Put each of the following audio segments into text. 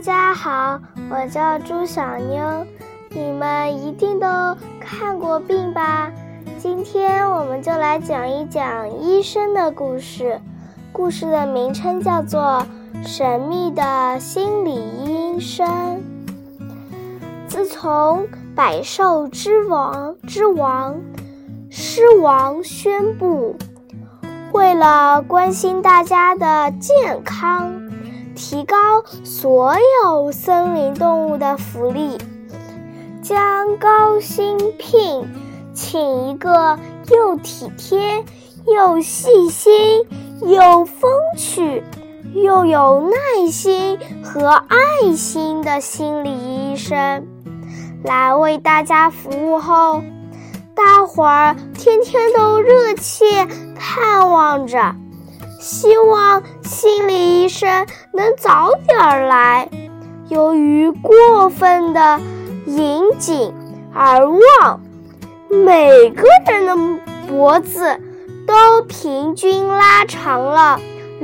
家好，我叫朱小妞，你们一定都看过病吧？今天我们就来讲一讲医生的故事。故事的名称叫做《神秘的心理医生》。自从百兽之王狮王宣布，为了关心大家的健康，提高所有森林动物的福利，将高薪请一个又体贴又细心又风趣又有耐心和爱心的心理医生来为大家服务后，大伙儿天天都热切盼望着，希望心理医生能早点来。由于过分的引颈而望，每个人的脖子都平均拉长了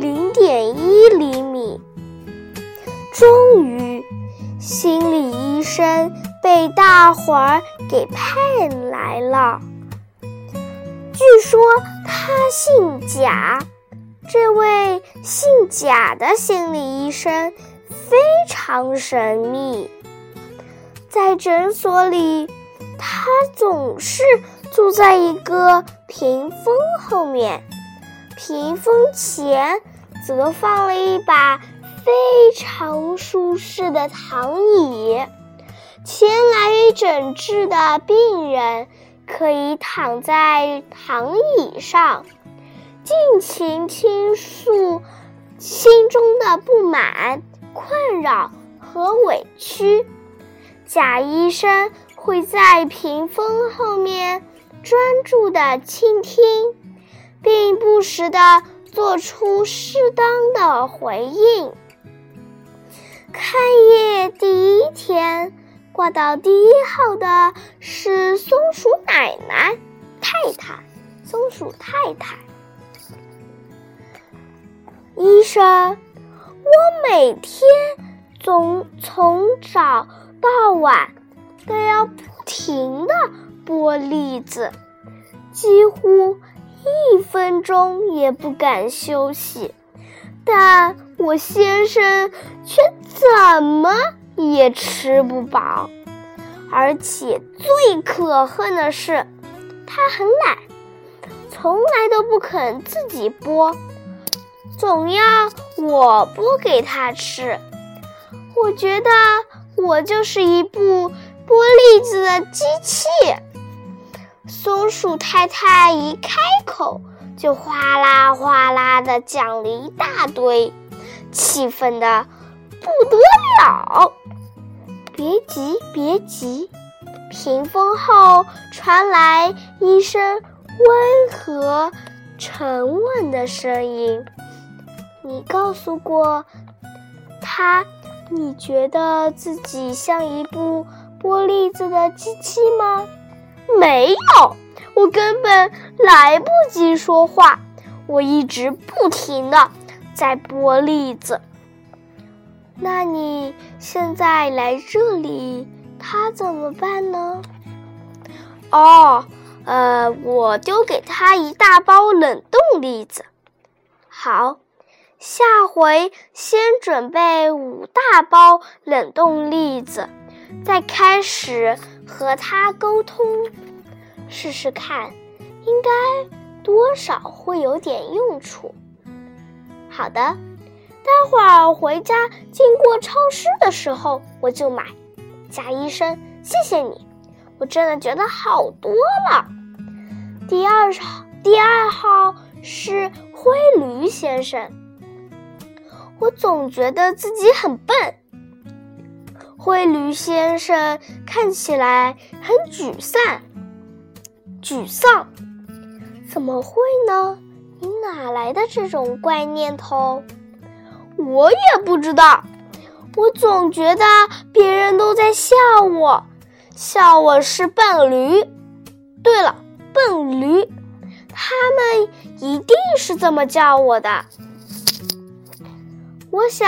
0.1 厘米。终于，心理医生被大伙儿给派来了。据说他姓贾，这位姓贾的心理医生非常神秘。在诊所里，他总是坐在一个屏风后面，屏风前则放了一把非常舒适的躺椅，前来诊治的病人可以躺在躺椅上，尽情倾诉心中的不满、困扰和委屈。贾医生会在屏风后面专注地倾听，并不时地做出适当的回应。开业第一天，挂到第1号的是松鼠奶奶、松鼠太太。医生，我每天从早到晚都要不停地剥栗子，几乎1分钟也不敢休息，但我先生却怎么也吃不饱，而且最可恨的是，他很懒，从来都不肯自己剥，总要我剥给他吃。我觉得我就是一部剥栗子的机器。松鼠太太一开口就哗啦哗啦地讲了一大堆，气愤得不得了。别急，屏风后传来医生温和沉稳的声音。你告诉过他，你觉得自己像一部剥栗子的机器吗？没有，我根本来不及说话，我一直不停地在剥栗子。那你现在来这里，他怎么办呢？我丢给他一大包冷冻栗子。好，下回先准备5大包冷冻栗子，再开始和他沟通，试试看，应该多少会有点用处。好的，待会儿回家经过超市的时候我就买。贾医生，谢谢你，我真的觉得好多了。第二号是灰驴先生。我总觉得自己很笨。灰驴先生看起来很沮丧。怎么会呢？你哪来的这种怪念头？我也不知道，我总觉得别人都在笑我是笨驴。对了，笨驴，他们一定是这么叫我的。我想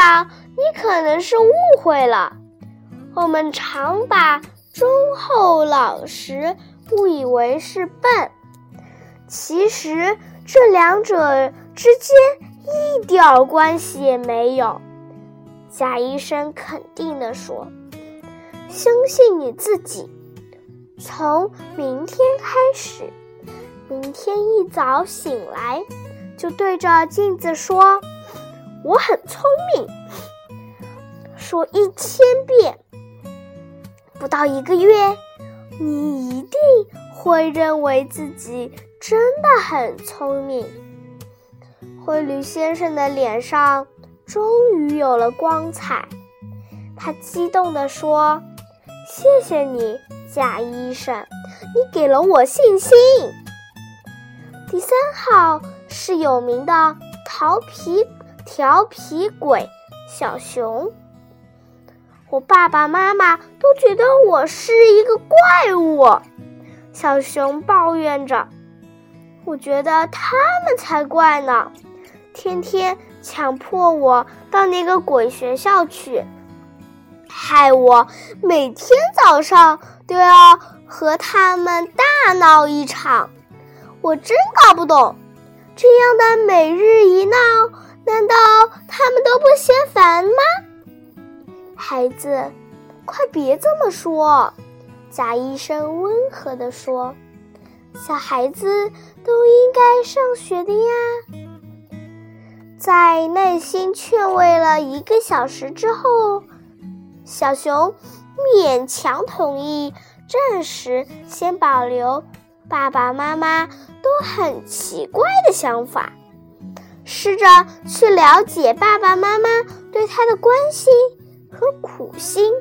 你可能是误会了。我们常把忠厚老实误以为是笨，其实这两者之间一点关系也没有。贾医生肯定地说，相信你自己，从明天开始，明天一早醒来就对着镜子说，我很聪明，说1000遍，不到1个月，你一定会认为自己真的很聪明。灰驴先生的脸上终于有了光彩，他激动地说，谢谢你，贾医生，你给了我信心。第3号是有名的调皮鬼小熊，我爸爸妈妈都觉得我是一个怪物，小熊抱怨着，我觉得他们才怪呢，天天强迫我到那个鬼学校去，害我每天早上都要和他们大闹一场。我真搞不懂，这样的每日一闹，难道他们都不嫌烦吗？孩子，快别这么说，贾医生温和地说，小孩子都应该上学的呀。在耐心劝慰了1个小时之后，小熊勉强同意暂时先保留爸爸妈妈都很奇怪的想法，试着去了解爸爸妈妈对他的关心和苦心。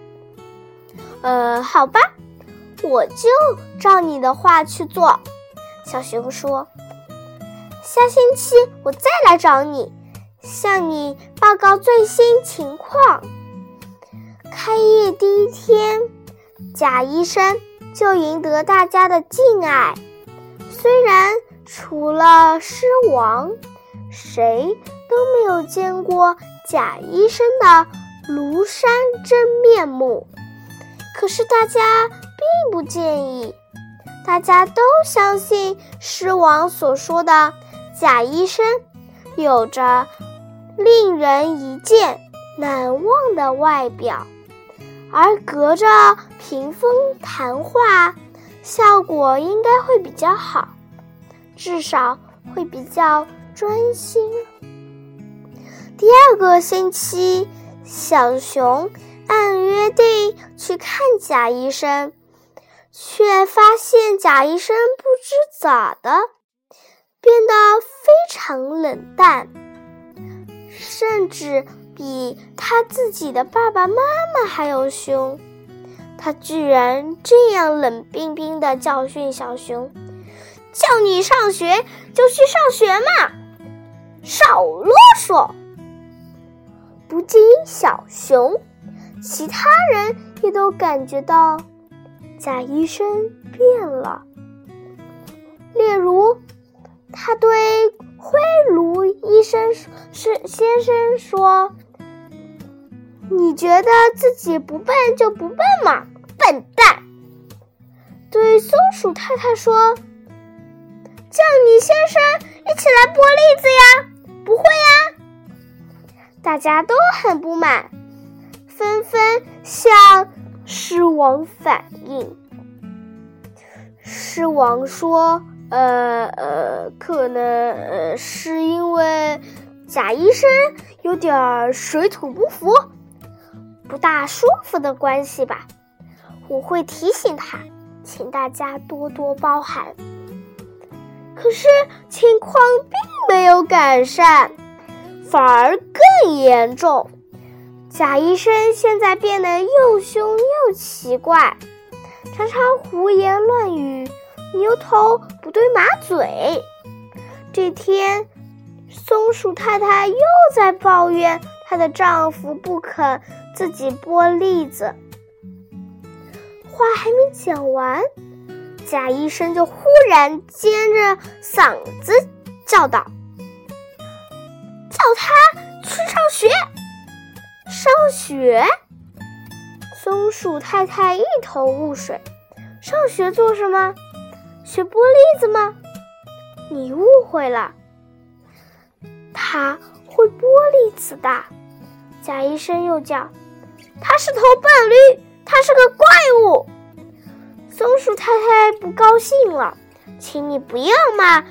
好吧，我就照你的话去做。小熊说，下星期我再来找你，向你报告最新情况。开业第1天，贾医生就赢得大家的敬爱。虽然除了狮王，谁都没有见过贾医生的庐山真面目，可是大家并不介意，大家都相信狮王所说的贾医生有着令人一见难忘的外表，而隔着屏风谈话，效果应该会比较好，至少会比较专心。第2个星期，小熊按约定去看贾医生，却发现贾医生不知咋的变得非常冷淡，甚至比他自己的爸爸妈妈还要凶。他居然这样冷冰冰地教训小熊，叫你上学就去上学嘛，少啰嗦。不仅小熊，其他人也都感觉到贾医生变了。例如，他对灰炉先生说，你觉得自己不笨就不笨嘛，笨蛋。对松鼠太太说，叫你先生一起来剥栗子呀，不会呀。大家都很不满，纷纷向狮王反映。狮王说，可能是因为贾医生有点水土不服，不大舒服的关系吧，我会提醒他，请大家多多包涵。可是情况并没有改善，反而更严重。贾医生现在变得又凶又奇怪，常常胡言乱语，牛头不对马嘴。这天，松鼠太太又在抱怨她的丈夫不肯自己剥栗子。话还没讲完，贾医生就忽然尖着嗓子叫道，叫他去上学。 上学？松鼠太太一头雾水。上学做什么？学剥栗子吗？你误会了，他会剥栗子的。贾医生又叫，他是头笨驴，他是个怪物。松鼠太太不高兴了，请你不要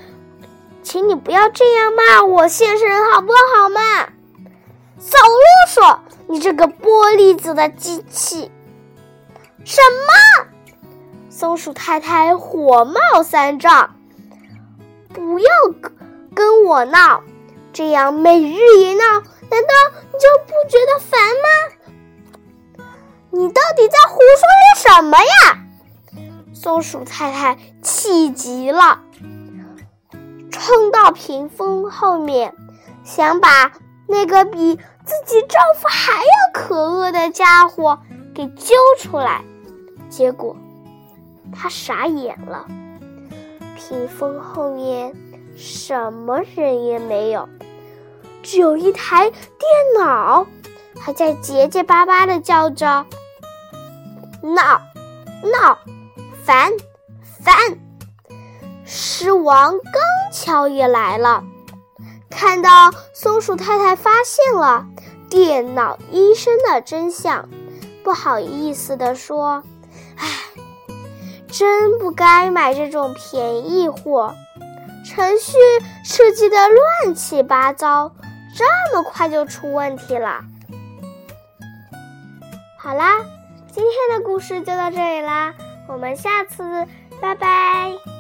这样骂我先生好不好嘛？少啰嗦，你这个剥栗子的机器！什么？松鼠太太火冒三丈，不要跟我闹，这样每日一闹，难道你就不觉得烦吗？你到底在胡说些什么呀？松鼠太太气极了，冲到屏风后面，想把那个比自己丈夫还要可恶的家伙给揪出来，结果他傻眼了。屏风后面什么人也没有，只有一台电脑还在结结巴巴地叫着闹闹烦烦。狮王刚巧也来了，看到松鼠太太发现了电脑医生的真相，不好意思地说，唉，真不该买这种便宜货，程序设计得乱七八糟，这么快就出问题了。好啦，今天的故事就到这里啦，我们下次拜拜。